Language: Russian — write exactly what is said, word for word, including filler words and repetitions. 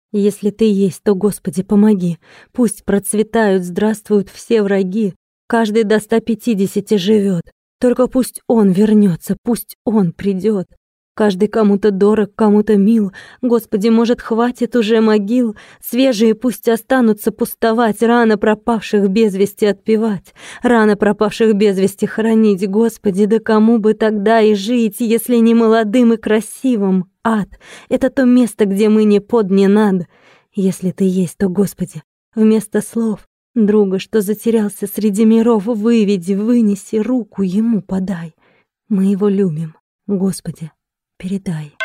Если Ты есть, то, Господи, помоги. Пусть процветают, здравствуют все враги. Каждый до ста пятидесяти живет. Только пусть он вернется, пусть он придет. Каждый кому-то дорог, кому-то мил. Господи, может, хватит уже могил? Свежие пусть останутся пустовать, рано пропавших без вести отпевать, рано пропавших без вести хоронить. Господи, да кому бы тогда и жить, если не молодым и красивым? Ад — это то место, где мы не под, не над. Если Ты есть, то, Господи, вместо слов друга, что затерялся среди миров, выведи, вынеси, руку ему подай. Мы его любим, Господи, передай.